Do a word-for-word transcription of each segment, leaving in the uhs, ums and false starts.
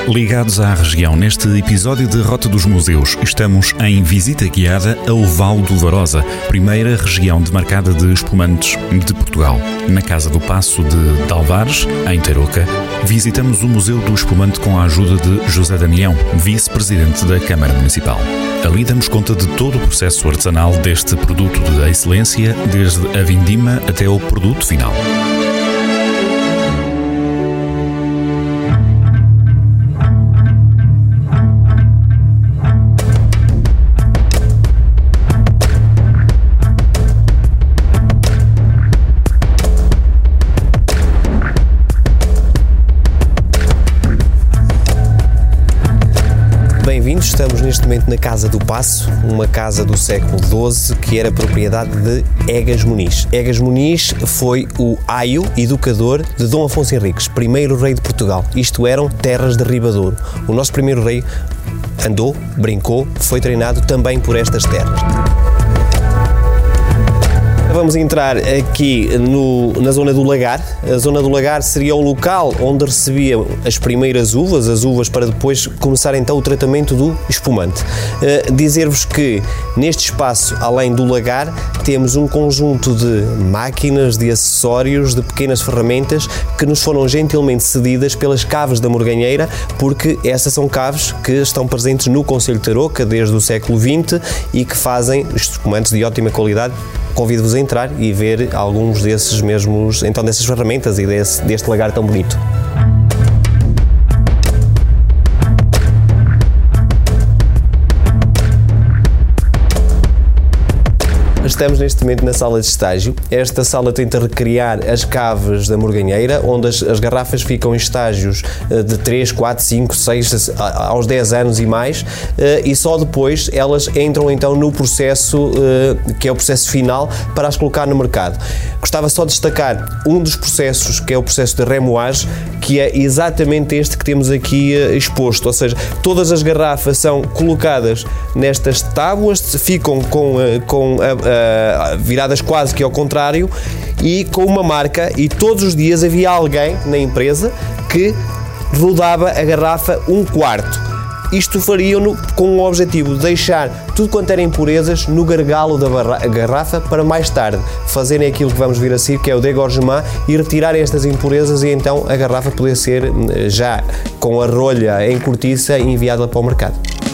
Ligados à região, neste episódio de Rota dos Museus, estamos em visita guiada ao Val do Barosa, primeira região demarcada de espumantes de Portugal. Na Casa do Paço de Dalvares, em Tarouca, visitamos o Museu do Espumante com a ajuda de José Damião, vice-presidente da Câmara Municipal. Ali damos conta de todo o processo artesanal deste produto de excelência, desde a vindima até ao produto final. Bem-vindos, estamos neste momento na Casa do Paço, uma casa do século doze que era propriedade de Egas Muniz. Egas Muniz foi o aio educador de Dom Afonso Henriques, primeiro rei de Portugal. Isto eram terras de Ribadouro. O nosso primeiro rei andou, brincou, foi treinado também por estas terras. Vamos entrar aqui no, na zona do lagar. A zona do lagar seria o local onde recebiam as primeiras uvas, as uvas para depois começar então o tratamento do espumante. Uh, dizer-vos que neste espaço, além do lagar, temos um conjunto de máquinas, de acessórios, de pequenas ferramentas que nos foram gentilmente cedidas pelas caves da Morganheira, porque essas são caves que estão presentes no Concelho de Tarouca desde o século vinte e que fazem espumantes de ótima qualidade. Convido-vos a entrar e ver alguns desses mesmos, então dessas ferramentas e desse, deste lagar tão bonito. Estamos neste momento na sala de estágio. Esta sala tenta recriar as caves da Morganheira, onde as, as garrafas ficam em estágios de três, quatro, cinco, seis, aos dez anos e mais, e só depois elas entram então no processo, que é o processo final, para as colocar no mercado. Gostava só de destacar um dos processos, que é o processo de remoagem, que é exatamente este que temos aqui exposto, ou seja, todas as garrafas são colocadas nestas tábuas, ficam com, com a, a viradas quase que ao contrário e com uma marca, e todos os dias havia alguém na empresa que rodava a garrafa um quarto. Isto faria-no com o objetivo de deixar tudo quanto era impurezas no gargalo da garrafa para mais tarde fazerem aquilo que vamos vir a seguir, que é o degorgement, e retirarem estas impurezas e então a garrafa poder ser já com a rolha em cortiça enviada para o mercado.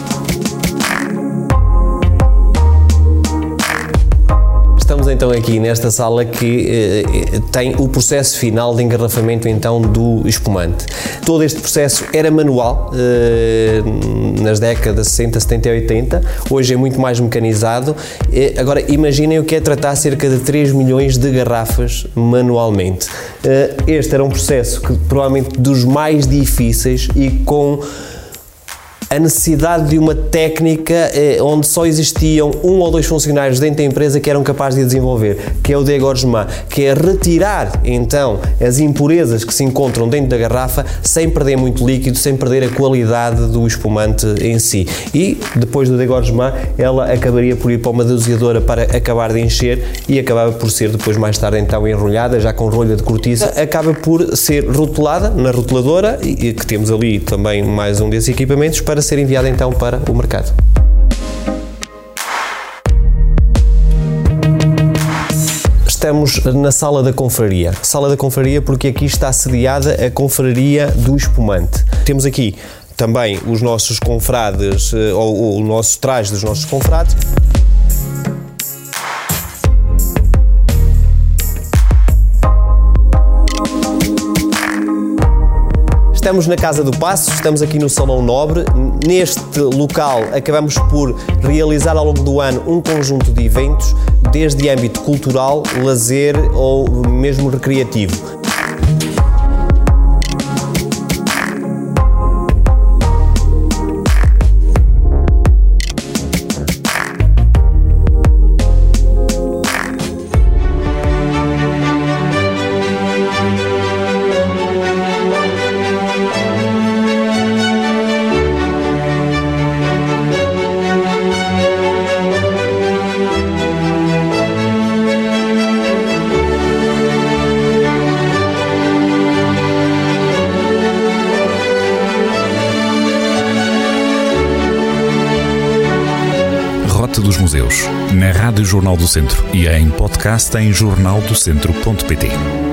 Estamos então aqui nesta sala que eh, tem o processo final de engarrafamento então do espumante. Todo este processo era manual eh, nas décadas sessenta, setenta e oitenta, hoje é muito mais mecanizado. Eh, agora imaginem o que é tratar cerca de três milhões de garrafas manualmente. Eh, este era um processo que provavelmente dos mais difíceis e com a necessidade de uma técnica eh, onde só existiam um ou dois funcionários dentro da empresa que eram capazes de desenvolver, que é o degorgement, que é retirar então as impurezas que se encontram dentro da garrafa sem perder muito líquido, sem perder a qualidade do espumante em si. E depois do degorgement ela acabaria por ir para uma doseadora para acabar de encher e acabava por ser depois mais tarde então enrolhada, já com rolha de cortiça, acaba por ser rotulada na rotuladora, e que temos ali também mais um desses equipamentos para ser enviado então para o mercado. Estamos na Sala da Confraria. Sala da Confraria porque aqui está sediada a Confraria do Espumante. Temos aqui também os nossos confrades, ou, ou o nosso traje dos nossos confrades. Estamos na Casa do Paço, estamos aqui no Salão Nobre. Neste local acabamos por realizar ao longo do ano um conjunto de eventos, desde âmbito cultural, lazer ou mesmo recreativo. Rota dos Museus, na Rádio Jornal do Centro e em podcast em jornal do centro ponto pt.